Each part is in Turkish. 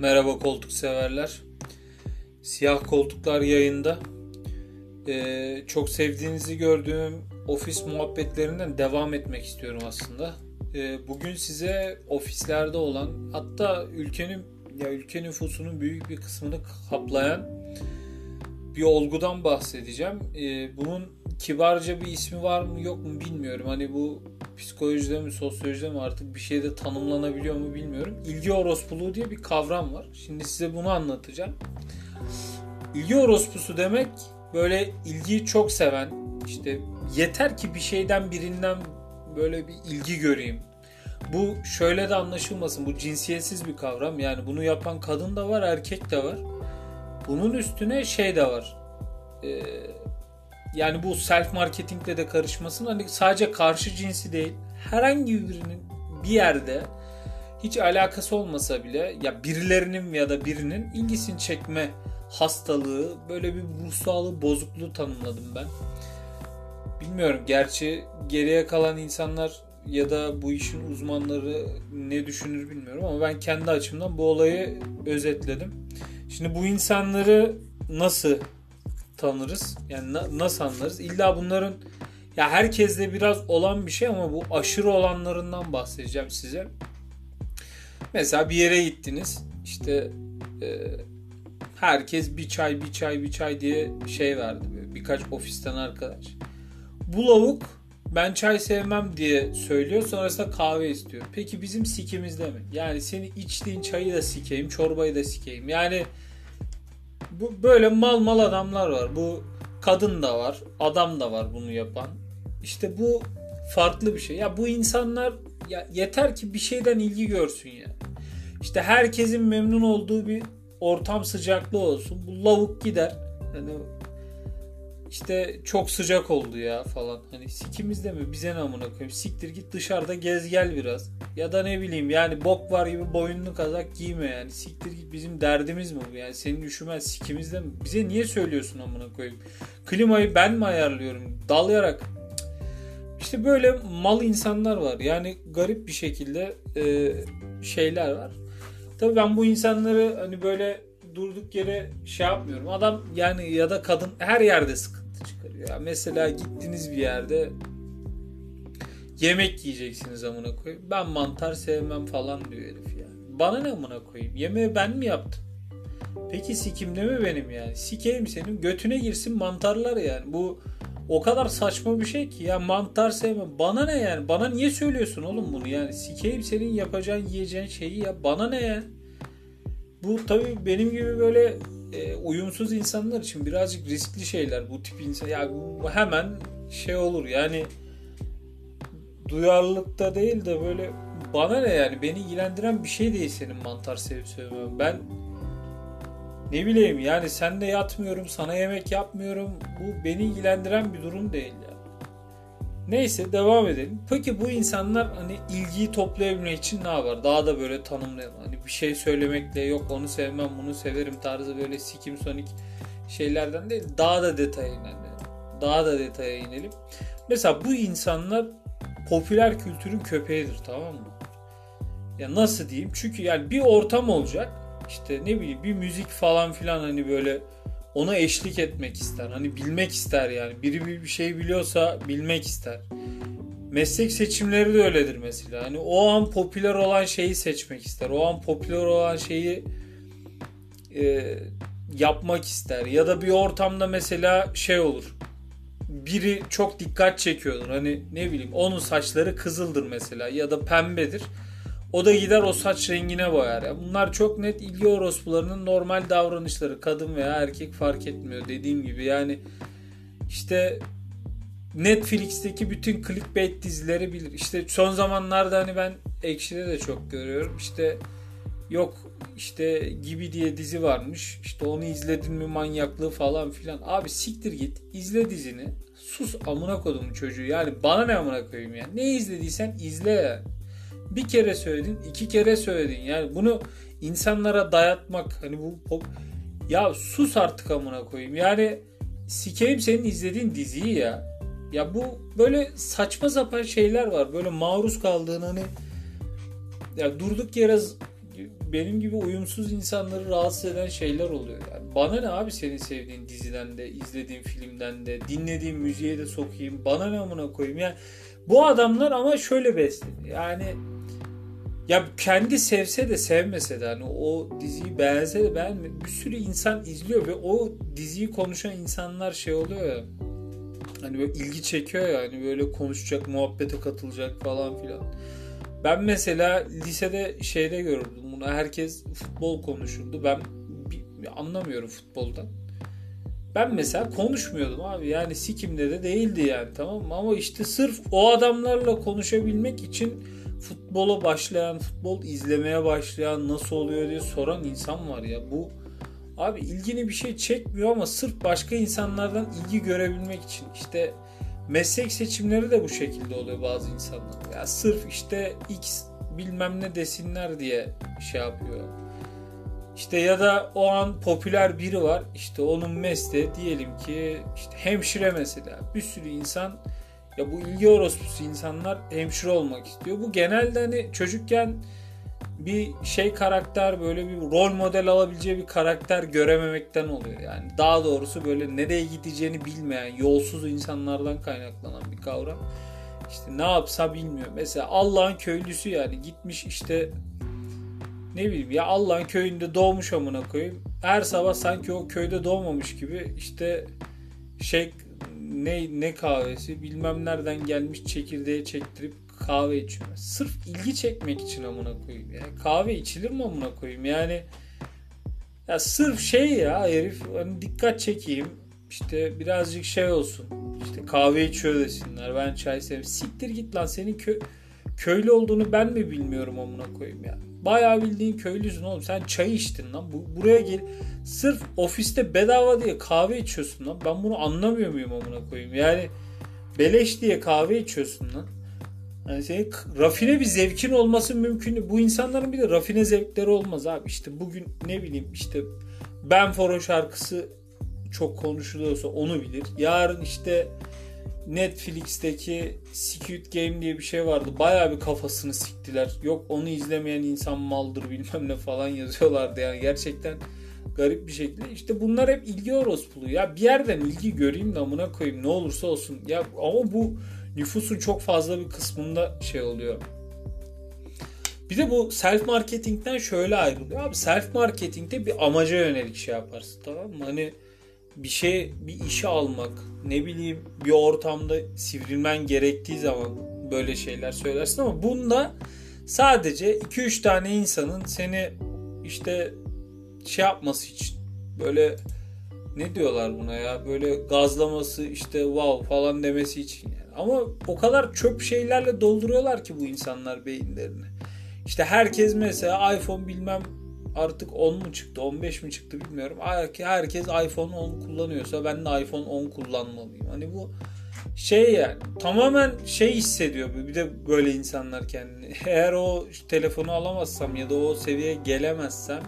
Merhaba koltuk severler. Siyah Koltuklar yayında. Çok sevdiğinizi gördüğüm ofis muhabbetlerinden devam etmek istiyorum aslında. Bugün size ofislerde olan, hatta ülke nüfusunun büyük bir kısmını kaplayan bir olgudan bahsedeceğim. Bunun kibarca bir ismi var mı yok mu bilmiyorum. Hani bu psikolojide mi sosyolojide mi artık bir şeyde tanımlanabiliyor mu bilmiyorum. İlgi orospuluğu diye bir kavram var. Şimdi size bunu anlatacağım. İlgi orospusu demek böyle ilgiyi çok seven, işte yeter ki bir şeyden birinden böyle bir ilgi göreyim. Bu şöyle de anlaşılmasın, bu cinsiyetsiz bir kavram. Yani bunu yapan kadın da var, erkek de var. Bunun üstüne şey de var. Yani bu self marketingle de karışmasın. Hani sadece karşı cinsi değil, herhangi birinin bir yerde hiç alakası olmasa bile ya birilerinin ya da birinin ilgisini çekme hastalığı, böyle bir ruh sağlığı bozukluğu tanımladım ben. Bilmiyorum, gerçi geriye kalan insanlar ya da bu işin uzmanları ne düşünür bilmiyorum ama ben kendi açımdan bu olayı özetledim. Şimdi bu insanları nasıl tanırız? Yani nasıl anlarız? İlla bunların ya herkeste biraz olan bir şey ama bu aşırı olanlarından bahsedeceğim size. Mesela bir yere gittiniz. İşte herkes bir çay diye şey verdi. Birkaç ofisten arkadaş. Bu lavuk ben çay sevmem diye söylüyor. Sonrasında kahve istiyor. Peki bizim sikimizde mi? Yani seni içtiğin çayı da sikeyim, çorbayı da sikeyim. Yani bu böyle mal adamlar var. Bu kadın da var, adam da var bunu yapan. İşte bu farklı bir şey. Ya bu insanlar ya yeter ki bir şeyden ilgi görsün ya. İşte herkesin memnun olduğu bir ortam sıcaklığı olsun. Bu lavuk gider. Hani işte çok sıcak oldu ya falan. Hani sikimizde mi? Bize ne amına koyayım? Siktir git dışarıda gez gel biraz. Ya da ne bileyim yani bok var gibi boyunlu kazak giyme yani. Siktir git, bizim derdimiz mi bu? Yani senin üşümen sikimizde mi? Bize niye söylüyorsun amına koyayım? Klimayı ben mi ayarlıyorum? Dalayarak. İşte böyle mal insanlar var. Yani garip bir şekilde şeyler var. Tabii ben bu insanları hani böyle durduk yere şey yapmıyorum. Adam yani ya da kadın her yerde sıkıntı çıkarıyor. Yani mesela gittiniz bir yerde yemek yiyeceksiniz amına koyayım. Ben mantar sevmem falan diyor herif yani. Bana ne amına koyayım? Yemeği ben mi yaptım? Peki sikimde mi benim yani? Sikeyim senin götüne girsin mantarlar yani. Bu o kadar saçma bir şey ki ya, mantar sevmem. Bana ne yani? Bana niye söylüyorsun oğlum bunu yani? Sikeyim senin yapacağın yiyeceğin şeyi ya. Bana ne ya? Bu tabii benim gibi böyle uyumsuz insanlar için birazcık riskli şeyler bu tip insan. Ya bu hemen şey olur yani, duyarlılıkta değil de böyle bana ne yani, beni ilgilendiren bir şey değil senin mantar sevip sevmem. Ben ne bileyim yani, senle yatmıyorum, sana yemek yapmıyorum. Bu beni ilgilendiren bir durum değil yani. Neyse devam edelim. Peki bu insanlar hani ilgiyi toplayabilmek için ne yapar? Daha da böyle tanımlayalım. Hani bir şey söylemekle yok onu sevmem bunu severim tarzı böyle sikim sonik şeylerden değil. Daha da detaya inelim. Mesela bu insanlar popüler kültürün köpeğidir, tamam mı? Ya nasıl diyeyim? Çünkü yani bir ortam olacak. İşte ne bileyim bir müzik falan filan, hani böyle ona eşlik etmek ister. Hani bilmek ister yani. Biri bir şey biliyorsa bilmek ister. Meslek seçimleri de öyledir mesela. Hani o an popüler olan şeyi seçmek ister. O an popüler olan şeyi yapmak ister. Ya da bir ortamda mesela şey olur. Biri çok dikkat çekiyordur. Hani ne bileyim onun saçları kızıldır mesela ya da pembedir. O da gider o saç rengine boyar. Yani bunlar çok net ilgi orospularının normal davranışları. Kadın veya erkek fark etmiyor dediğim gibi. Yani işte Netflix'teki bütün clickbait dizileri bilir. İşte son zamanlarda hani ben Ekşi'de de çok görüyorum. İşte yok işte gibi diye dizi varmış. İşte onu izledin mi manyaklığı falan filan. Abi siktir git, izle dizini. Sus amına kodumun çocuğu. Yani bana ne amına koyayım yani. Ne izlediysen izle ya. Bir kere söyledin, iki kere söyledin. Yani bunu insanlara dayatmak, hani bu ya sus artık amına koyayım. Yani sikeyim senin izlediğin diziyi ya. Ya bu böyle saçma sapan şeyler var. Böyle maruz kaldığın hani ya durduk yere benim gibi uyumsuz insanları rahatsız eden şeyler oluyor. Yani bana ne abi senin sevdiğin diziden de, izlediğin filmden de, dinlediğin müziğe de sokayım. Bana ne amına koyayım. Yani bu adamlar ama şöyle besleniyor. Yani ya kendi sevse de sevmese de hani o diziyi beğense de beğenmese bir sürü insan izliyor ve o diziyi konuşan insanlar şey oluyor ya. Hani böyle ilgi çekiyor ya, hani böyle konuşacak, muhabbete katılacak falan filan. Ben mesela lisede şeyde gördüm bunu. Herkes futbol konuşurdu. Ben anlamıyorum futboldan. Ben mesela konuşmuyordum abi. Yani sikimde de değildi yani, tamam mı? Ama işte sırf o adamlarla konuşabilmek için futbola başlayan, futbol izlemeye başlayan, nasıl oluyor diye soran insan var ya. Bu abi ilgini bir şey çekmiyor ama sırf başka insanlardan ilgi görebilmek için. İşte meslek seçimleri de bu şekilde oluyor bazı insanlar. Ya sırf işte X bilmem ne desinler diye şey yapıyor. İşte ya da o an popüler biri var. İşte onun mesleği diyelim ki işte hemşire mesela. Bir sürü insan, ya bu ilgi orospusu insanlar hemşire olmak istiyor. Bu genelde hani çocukken bir şey karakter, böyle bir rol model alabileceği bir karakter görememekten oluyor. Yani daha doğrusu böyle nereye gideceğini bilmeyen, yolsuz insanlardan kaynaklanan bir kavram. İşte ne yapsa bilmiyor. Mesela Allah'ın köylüsü, yani gitmiş işte ne bileyim ya, Allah'ın köyünde doğmuş amına koyayım. Her sabah sanki o köyde doğmamış gibi işte şey ne kahvesi bilmem nereden gelmiş çekirdeğe çektirip kahve içiyor. Sırf ilgi çekmek için amına koyayım ya. Kahve içilir mi amına koyayım? Yani ya sırf şey ya herif, hani dikkat çekeyim. İşte birazcık şey olsun. İşte kahve içiyor desinler. Ben çay sevmem. Siktir git lan, senin köylü olduğunu ben mi bilmiyorum amına koyayım ya. Bayağı bildiğin köylüsün oğlum. Sen çay içtin lan. Buraya gel. Sırf ofiste bedava diye kahve içiyorsun lan. Ben bunu anlamıyor muyum amına koyayım? Yani beleş diye kahve içiyorsun lan. Yani senin rafine bir zevkin olması mümkün değil. Bu insanların bir de rafine zevkleri olmaz abi. İşte bugün ne bileyim işte Ben Foro şarkısı çok konuşuluyorsa onu bilir. Yarın işte Netflix'teki Squid Game diye bir şey vardı. Bayağı bir kafasını siktiler. Yok onu izlemeyen insan maldır bilmem ne falan yazıyorlardı. Yani gerçekten garip bir şekilde. İşte bunlar hep ilgi orospuluğu. Ya bir yerden ilgi göreyim de amına koyayım, ne olursa olsun. Ya ama bu nüfusun çok fazla bir kısmında şey oluyor. Bir de bu self marketingten şöyle ayrılıyor. Abi self marketingde bir amaca yönelik şey yaparsın, tamam mı? Hani bir işe almak, ne bileyim bir ortamda sivrilmen gerektiği zaman böyle şeyler söylersin ama bunda sadece 2-3 tane insanın seni işte şey yapması için, böyle ne diyorlar buna ya, böyle gazlaması, işte wow falan demesi için yani. Ama o kadar çöp şeylerle dolduruyorlar ki bu insanlar beyinlerini. İşte herkes mesela iPhone bilmem artık 10 mu çıktı 15 mi çıktı bilmiyorum. Herkes iPhone 10 kullanıyorsa ben de iPhone 10 kullanmalıyım. Hani bu şey yani tamamen şey hissediyor. Bir de böyle insanlar kendini. Eğer o telefonu alamazsam ya da o seviyeye gelemezsem,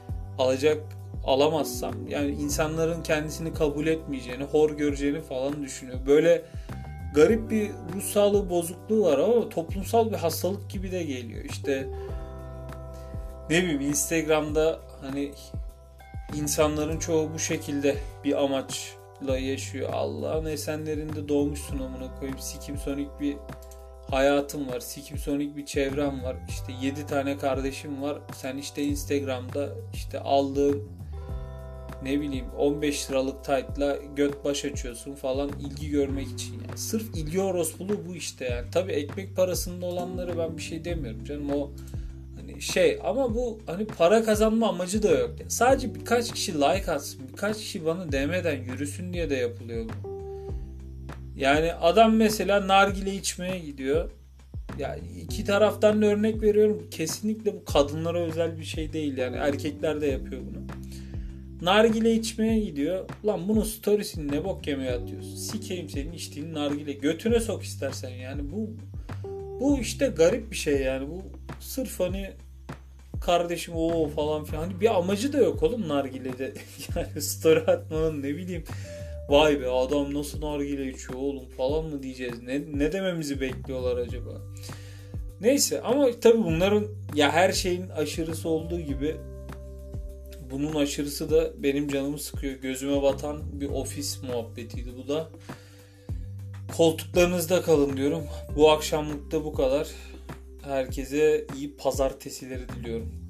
alamazsam yani insanların kendisini kabul etmeyeceğini, hor göreceğini falan düşünüyor. Böyle garip bir ruh sağlığı bozukluğu var ama toplumsal bir hastalık gibi de geliyor. İşte ne bileyim Instagram'da hani insanların çoğu bu şekilde bir amaçla yaşıyor. Allah'ın esenlerinde doğmuşsun amına koyayım. Sikimsonik bir hayatım var. Sikimsonik bir çevrem var. İşte 7 tane kardeşim var. Sen işte Instagram'da işte aldığın ne bileyim 15 liralık tight'la göt baş açıyorsun falan ilgi görmek için yani. Sırf ilgi orospuluğu bu işte yani. Tabii ekmek parasında olanları ben bir şey demiyorum canım, o hani şey, ama bu hani para kazanma amacı da yok. Yani sadece birkaç kişi like atsın, birkaç kişi bana DM'den yürüsün diye de yapılıyor bu. Yani adam mesela nargile içmeye gidiyor. Ya iki taraftan da örnek veriyorum. Kesinlikle bu kadınlara özel bir şey değil yani. Erkekler de yapıyor bunu. Nargile içmeye gidiyor. Lan bunun storiesini ne bok yemeye atıyorsun? Sikeyim senin içtiğin nargile. Götüne sok istersen yani. Bu işte garip bir şey yani. Bu sırf hani kardeşim o falan filan. Hani bir amacı da yok oğlum nargilede. Yani story atmanın, ne bileyim. Vay be adam nasıl nargile içiyor oğlum falan mı diyeceğiz? Ne dememizi bekliyorlar acaba? Neyse ama tabii bunların ya her şeyin aşırısı olduğu gibi bunun aşırısı da benim canımı sıkıyor. Gözüme batan bir ofis muhabbetiydi bu da. Koltuklarınızda kalın diyorum. Bu akşamlık da bu kadar. Herkese iyi pazartesileri diliyorum.